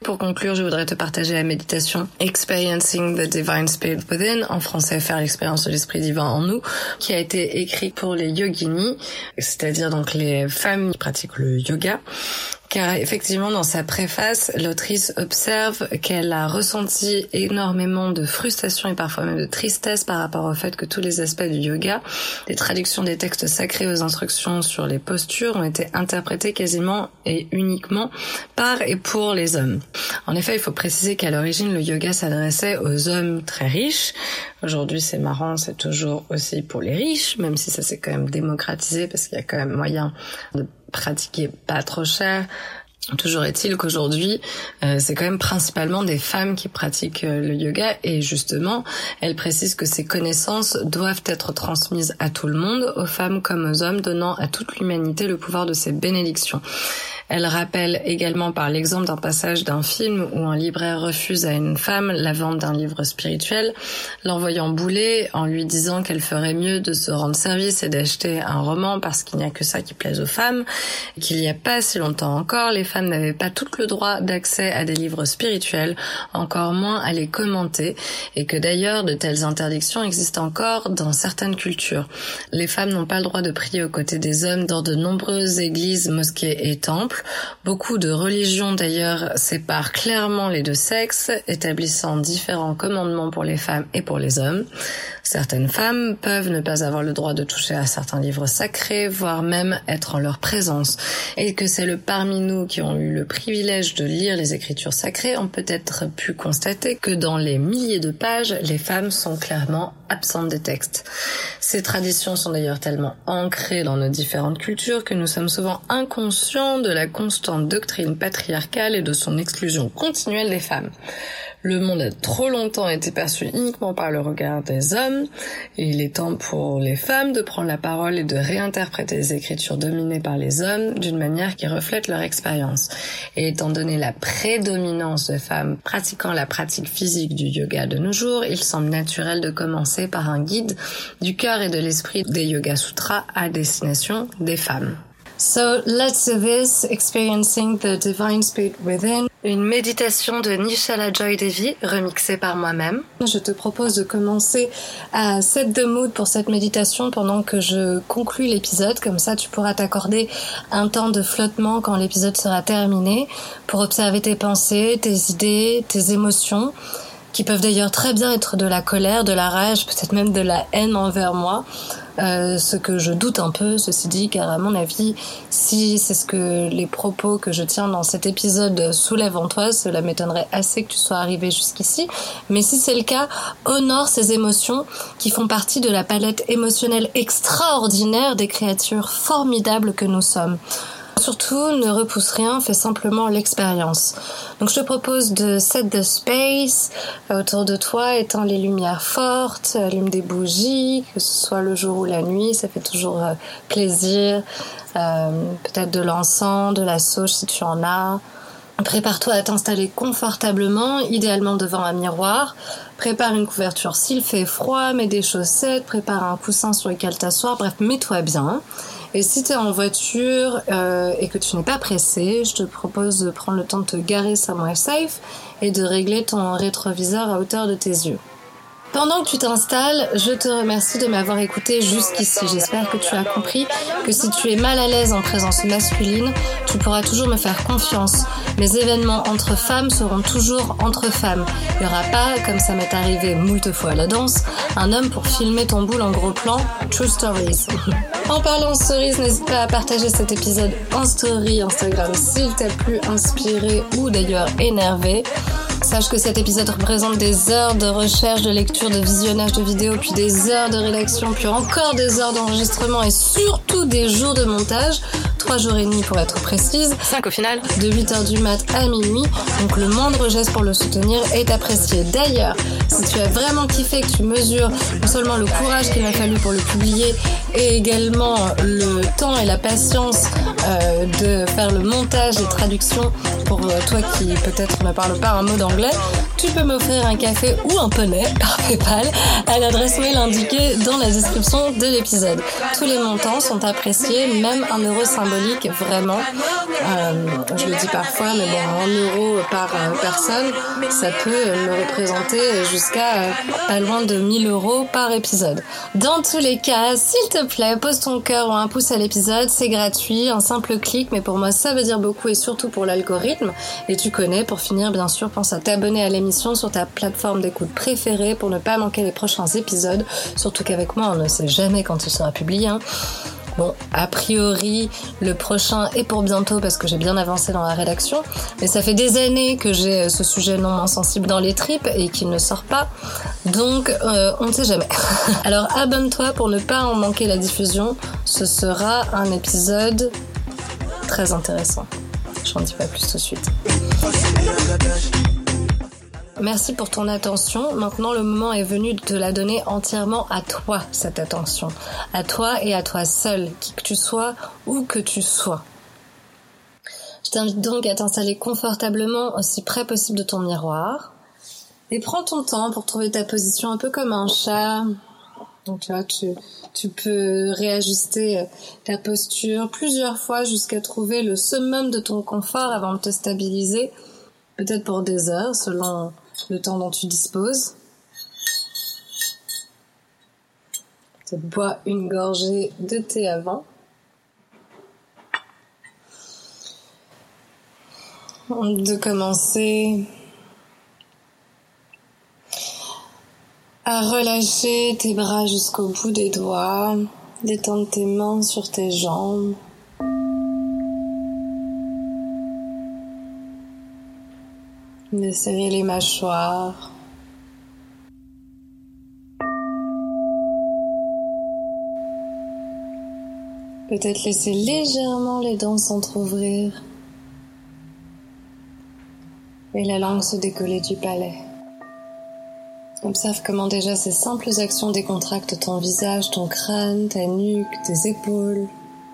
Pour conclure, je voudrais te partager la méditation Experiencing the Divine Spirit Within, en français faire l'expérience de l'esprit divin en nous, qui a été écrite pour les yoginis, c'est-à-dire donc les femmes qui pratiquent le yoga. Car effectivement, dans sa préface, l'autrice observe qu'elle a ressenti énormément de frustration et parfois même de tristesse par rapport au fait que tous les aspects du yoga, les traductions des textes sacrés aux instructions sur les postures ont été interprétés quasiment et uniquement par et pour les hommes. En effet, il faut préciser qu'à l'origine, le yoga s'adressait aux hommes très riches. Aujourd'hui, c'est marrant, c'est toujours aussi pour les riches, même si ça s'est quand même démocratisé parce qu'il y a quand même moyen de pratiquer pas trop cher. Toujours est-il qu'aujourd'hui, euh, c'est quand même principalement des femmes qui pratiquent euh, le yoga et justement, elle précise que ces connaissances doivent être transmises à tout le monde, aux femmes comme aux hommes, donnant à toute l'humanité le pouvoir de ces bénédictions. Elle rappelle également par l'exemple d'un passage d'un film où un libraire refuse à une femme la vente d'un livre spirituel, l'envoyant bouler en lui disant qu'elle ferait mieux de se rendre service et d'acheter un roman parce qu'il n'y a que ça qui plaise aux femmes, et qu'il n'y a pas si longtemps encore, les femmes n'avaient pas tout le droit d'accès à des livres spirituels, encore moins à les commenter, et que d'ailleurs de telles interdictions existent encore dans certaines cultures. Les femmes n'ont pas le droit de prier aux côtés des hommes dans de nombreuses églises, mosquées et temples. Beaucoup de religions d'ailleurs séparent clairement les deux sexes, établissant différents commandements pour les femmes et pour les hommes. Certaines femmes peuvent ne pas avoir le droit de toucher à certains livres sacrés, voire même être en leur présence. Et que celles parmi nous qui ont eu le privilège de lire les écritures sacrées ont peut-être pu constater que dans les milliers de pages, les femmes sont clairement absentes des textes. Ces traditions sont d'ailleurs tellement ancrées dans nos différentes cultures que nous sommes souvent inconscients de la constante doctrine patriarcale et de son exclusion continuelle des femmes. Le monde a trop longtemps été perçu uniquement par le regard des hommes, et il est temps pour les femmes de prendre la parole et de réinterpréter les écritures dominées par les hommes d'une manière qui reflète leur expérience. Et étant donné la prédominance de femmes pratiquant la pratique physique du yoga de nos jours, il semble naturel de commencer par un guide du cœur et de l'esprit des Yoga Sutras à destination des femmes. So let's do this, Experiencing the Divine Spirit Within. Une méditation de Nishala Joy Devi, remixée par moi-même. Je te propose de commencer à set the mood pour cette méditation pendant que je conclue l'épisode. Comme ça, tu pourras t'accorder un temps de flottement quand l'épisode sera terminé pour observer tes pensées, tes idées, tes émotions, qui peuvent d'ailleurs très bien être de la colère, de la rage, peut-être même de la haine envers moi. Euh, ce que je doute un peu, ceci dit, car à mon avis, si c'est ce que les propos que je tiens dans cet épisode soulèvent en toi, cela m'étonnerait assez que tu sois arrivé jusqu'ici. Mais si c'est le cas, honore ces émotions qui font partie de la palette émotionnelle extraordinaire des créatures formidables que nous sommes. Surtout, ne repousse rien, fais simplement l'expérience. Donc je te propose de set the space autour de toi, éteins les lumières fortes, allume des bougies, que ce soit le jour ou la nuit, ça fait toujours euh, plaisir. Euh, peut-être de l'encens, de la sauge si tu en as. Prépare-toi à t'installer confortablement, idéalement devant un miroir. Prépare une couverture s'il fait froid, mets des chaussettes, prépare un coussin sur lequel t'asseoir, bref, mets-toi bien. Et si tu es en voiture euh, et que tu n'es pas pressé, je te propose de prendre le temps de te garer somewhere safe et de régler ton rétroviseur à hauteur de tes yeux. Pendant que tu t'installes, je te remercie de m'avoir écouté jusqu'ici. J'espère que tu as compris que si tu es mal à l'aise en présence masculine, tu pourras toujours me faire confiance. Les événements entre femmes seront toujours entre femmes. Il n'y aura pas, comme ça m'est arrivé moult fois à la danse, un homme pour filmer ton boule en gros plan. True stories. En parlant de stories, n'hésite pas à partager cet épisode en story Instagram s'il t'a plu, inspiré ou d'ailleurs énervé. Sache que cet épisode représente des heures de recherche, de lecture, de visionnage de vidéos, puis des heures de rédaction, puis encore des heures d'enregistrement et surtout des jours de montage. Trois jours et demi pour être précise. Cinq au final. De huit heures du mat à minuit. Donc le moindre geste pour le soutenir est apprécié. D'ailleurs, si tu as vraiment kiffé, que tu mesures non seulement le courage qu'il m'a fallu pour le publier et également le temps et la patience euh, de faire le montage et traduction pour euh, toi qui peut-être ne parle pas un mot d'anglais, tu peux m'offrir un café ou un poney par PayPal à l'adresse mail indiquée dans la description de l'épisode. Tous les montants sont appréciés, même un euro symbolique, vraiment. Euh, je le dis parfois, mais bon, un euro par euh, personne, ça peut me représenter jusqu'à euh, pas loin de mille euros par épisode. Dans tous les cas, s'il te plaît, pose ton cœur ou un pouce à l'épisode, c'est gratuit, un simple clic, mais pour moi ça veut dire beaucoup et surtout pour l'algorithme. Et tu connais, pour finir, bien sûr, pense à t'abonner à l'émission sur ta plateforme d'écoute préférée pour ne pas manquer les prochains épisodes, surtout qu'avec moi on ne sait jamais quand il sera publié, hein. Bon, a priori, le prochain est pour bientôt parce que j'ai bien avancé dans la rédaction, mais ça fait des années que j'ai ce sujet non moins sensible dans les tripes et qu'il ne sort pas, donc euh, on ne sait jamais. Alors abonne-toi pour ne pas en manquer la diffusion, ce sera un épisode très intéressant. J'en dis pas plus tout de suite. Merci pour ton attention. Maintenant, le moment est venu de te la donner entièrement à toi, cette attention. À toi et à toi seul, qui que tu sois, où que tu sois. Je t'invite donc à t'installer confortablement aussi près possible de ton miroir. Et prends ton temps pour trouver ta position un peu comme un chat. Donc tu vois, tu, tu peux réajuster ta posture plusieurs fois jusqu'à trouver le summum de ton confort avant de te stabiliser. Peut-être pour des heures, selon le temps dont tu disposes. Tu bois une gorgée de thé avant. De commencer à relâcher tes bras jusqu'au bout des doigts, détendre tes mains sur tes jambes. De serrer les mâchoires. Peut-être laisser légèrement les dents s'entrouvrir et la langue se décoller du palais. Observe comment déjà ces simples actions décontractent ton visage, ton crâne, ta nuque, tes épaules.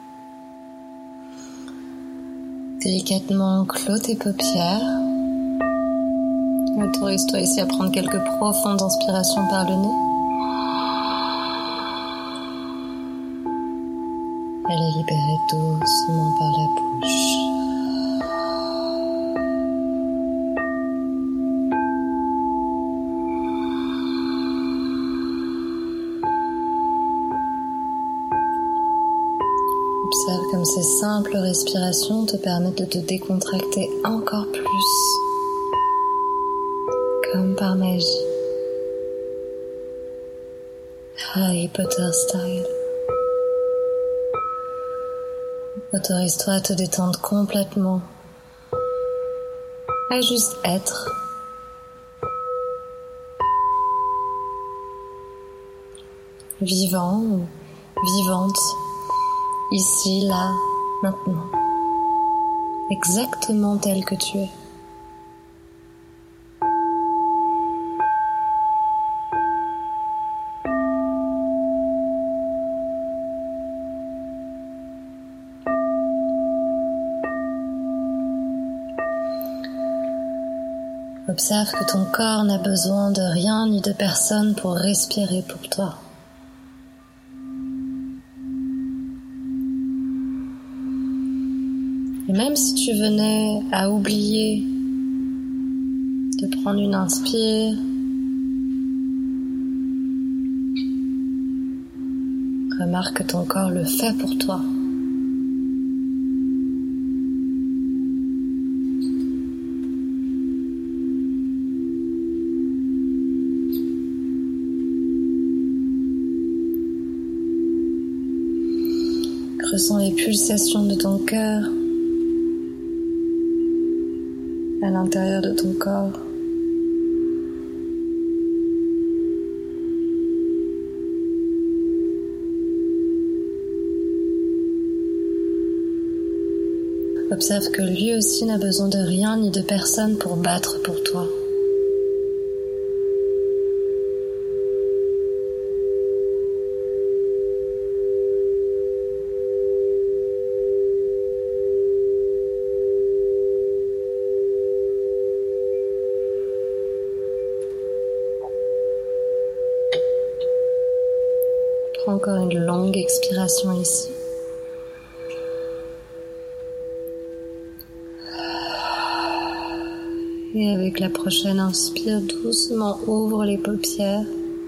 Délicatement clôt tes paupières. Autorise-toi ici à prendre quelques profondes inspirations par le nez. À les libérer doucement par la bouche. Observe comme ces simples respirations te permettent de te décontracter encore plus. Comme par magie. Harry Potter style. Autorise-toi à te détendre complètement. À juste être. Vivant ou vivante. Ici, là, maintenant. Exactement tel que tu es. Observe que ton corps n'a besoin de rien ni de personne pour respirer pour toi. Et même si tu venais à oublier de prendre une inspire, remarque que ton corps le fait pour toi. Ressens les pulsations de ton cœur à l'intérieur de ton corps. Observe que lui aussi n'a besoin de rien ni de personne pour battre pour toi. Encore une longue expiration ici. Et avec la prochaine inspire, doucement ouvre les paupières.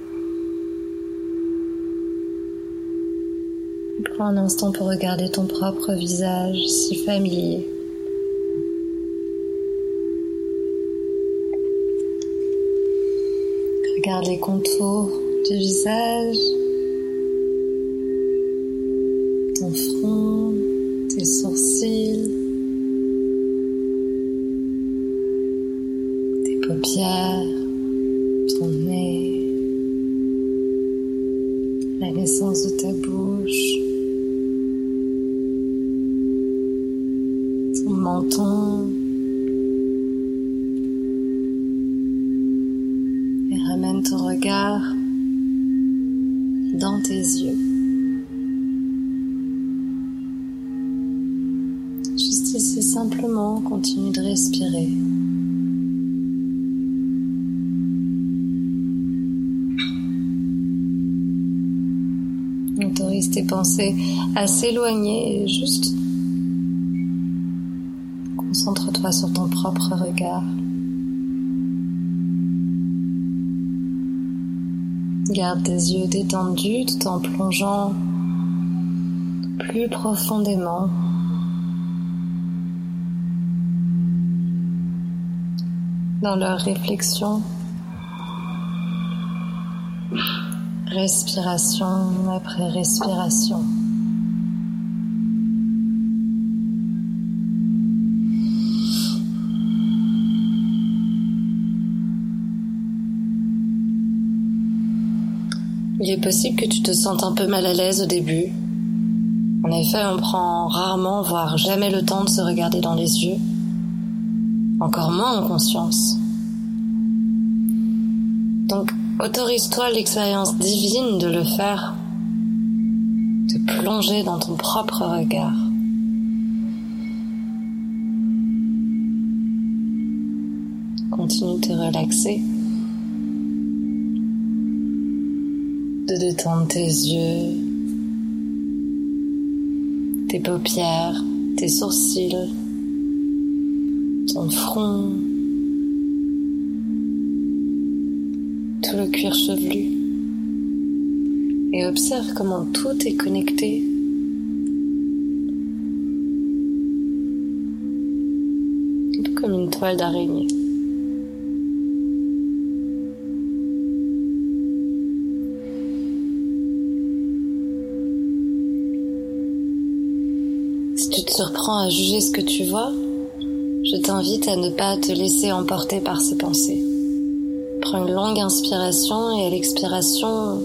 Prends un instant pour regarder ton propre visage si familier. Regarde les contours du visage, ton front, tes sourcils, tes paupières, ton nez, la naissance de ta bouche, ton menton. Ramène ton regard dans tes yeux. Juste ici, simplement, continue de respirer. Autorise tes pensées à s'éloigner et juste concentre-toi sur ton propre regard. Garde tes yeux détendus tout en plongeant plus profondément dans leur réflexion, respiration après respiration. Il est possible que tu te sentes un peu mal à l'aise au début. En effet, on prend rarement, voire jamais le temps de se regarder dans les yeux. Encore moins en conscience. Donc, autorise-toi l'expérience divine de le faire, de plonger dans ton propre regard. Continue de te relaxer. De détendre tes yeux, tes paupières, tes sourcils, ton front, tout le cuir chevelu. Et observe comment tout est connecté. Un peu comme une toile d'araignée. Si tu te surprends à juger ce que tu vois, je t'invite à ne pas te laisser emporter par ces pensées. Prends une longue inspiration et à l'expiration,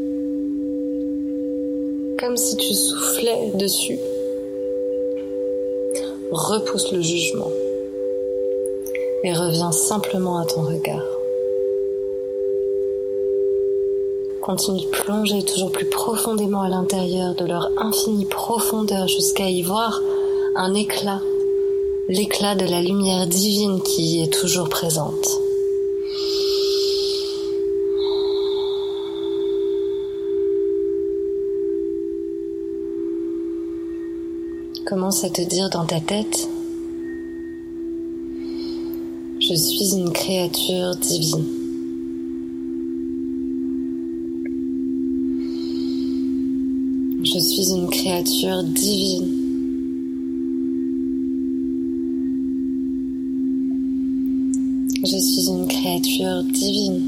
comme si tu soufflais dessus, repousse le jugement et reviens simplement à ton regard. Continue de plonger toujours plus profondément à l'intérieur de leur infinie profondeur jusqu'à y voir un éclat, l'éclat de la lumière divine qui y est toujours présente. Commence à te dire dans ta tête: je suis une créature divine. Je suis une créature divine. Je suis une créature divine.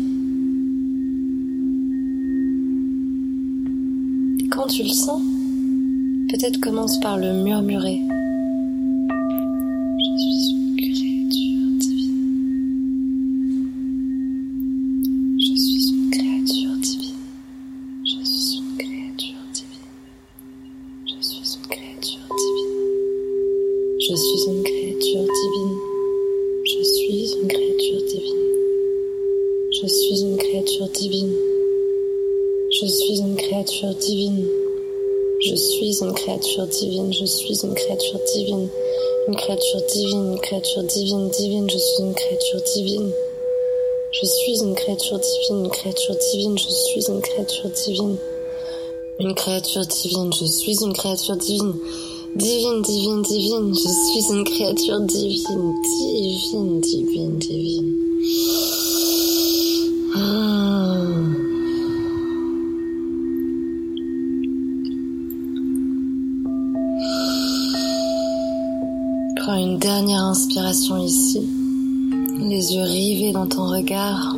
Quand tu le sens, peut-être commence par le murmurer. Je suis une créature divine. Je suis une créature divine. Je suis une créature divine. Je suis une créature divine. Je suis une créature divine. Je suis une créature divine. Je suis une créature divine. Je suis une créature divine. Je suis une créature divine. Je suis une créature divine. Une créature divine, une créature divine, divine. Je suis une créature divine. Je suis une créature divine, une créature divine. Je suis une créature divine. une créature divine, je suis une créature divine. Divine, divine, divine, je suis une créature divine, divine, divine, divine. Mmh. Prends une dernière inspiration ici, les yeux rivés dans ton regard,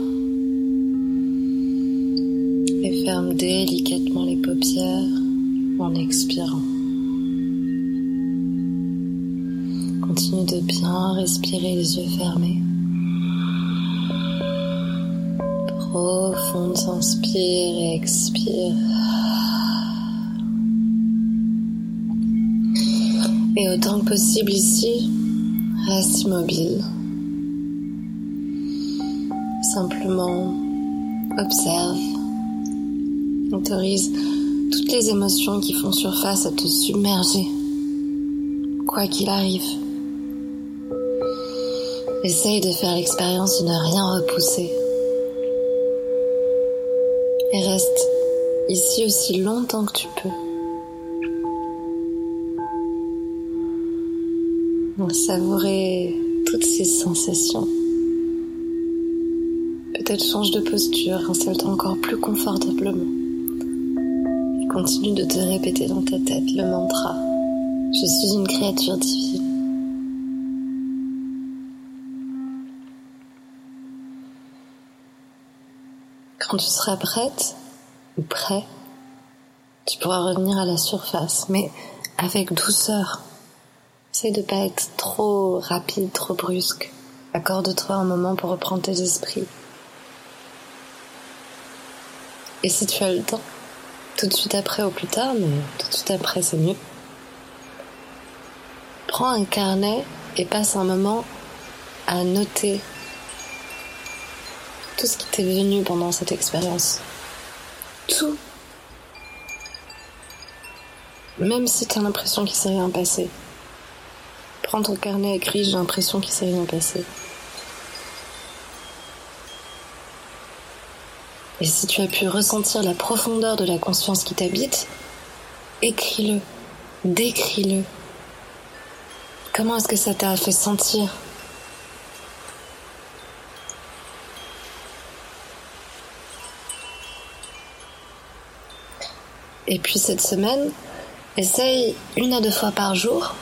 et ferme délicatement les paupières en expirant. Continue de bien respirer les yeux fermés. Profonde, inspire et expire. Et autant que possible ici, reste immobile. Simplement observe. Autorise toutes les émotions qui font surface à te submerger, quoi qu'il arrive. Essaye de faire l'expérience de ne rien repousser. Et reste ici aussi longtemps que tu peux. Savourer toutes ces sensations. Peut-être change de posture, installe-toi encore plus confortablement. Et continue de te répéter dans ta tête le mantra « Je suis une créature divine ». Quand tu seras prête ou prêt, tu pourras revenir à la surface, mais avec douceur. Essaye de pas être trop rapide, trop brusque. Accorde-toi un moment pour reprendre tes esprits. Et si tu as le temps, tout de suite après ou plus tard, mais tout de suite après c'est mieux, prends un carnet et passe un moment à noter tout ce qui t'est venu pendant cette expérience. Tout. Même si tu as l'impression qu'il s'est rien passé. Prends ton carnet, écris, j'ai l'impression qu'il s'est rien passé. Et si tu as pu ressentir la profondeur de la conscience qui t'habite, écris-le, décris-le. Comment est-ce que ça t'a fait sentir ? Et puis cette semaine, essaye une à deux fois par jour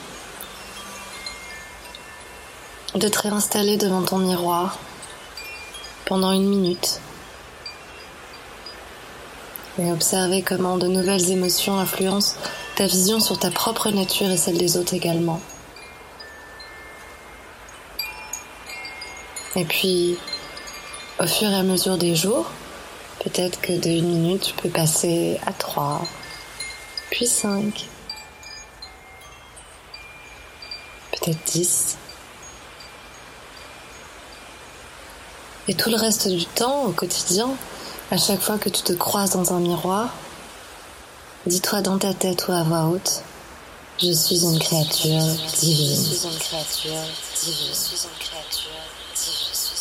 de te réinstaller devant ton miroir pendant une minute et observer comment de nouvelles émotions influencent ta vision sur ta propre nature et celle des autres également. Et puis, au fur et à mesure des jours, peut-être que de une minute, tu peux passer à trois, puis cinq, peut-être dix. Et tout le reste du temps, au quotidien, à chaque fois que tu te croises dans un miroir, dis-toi dans ta tête ou à voix haute, je suis une créature divine. Je suis une créature divine. Je suis une créature divine.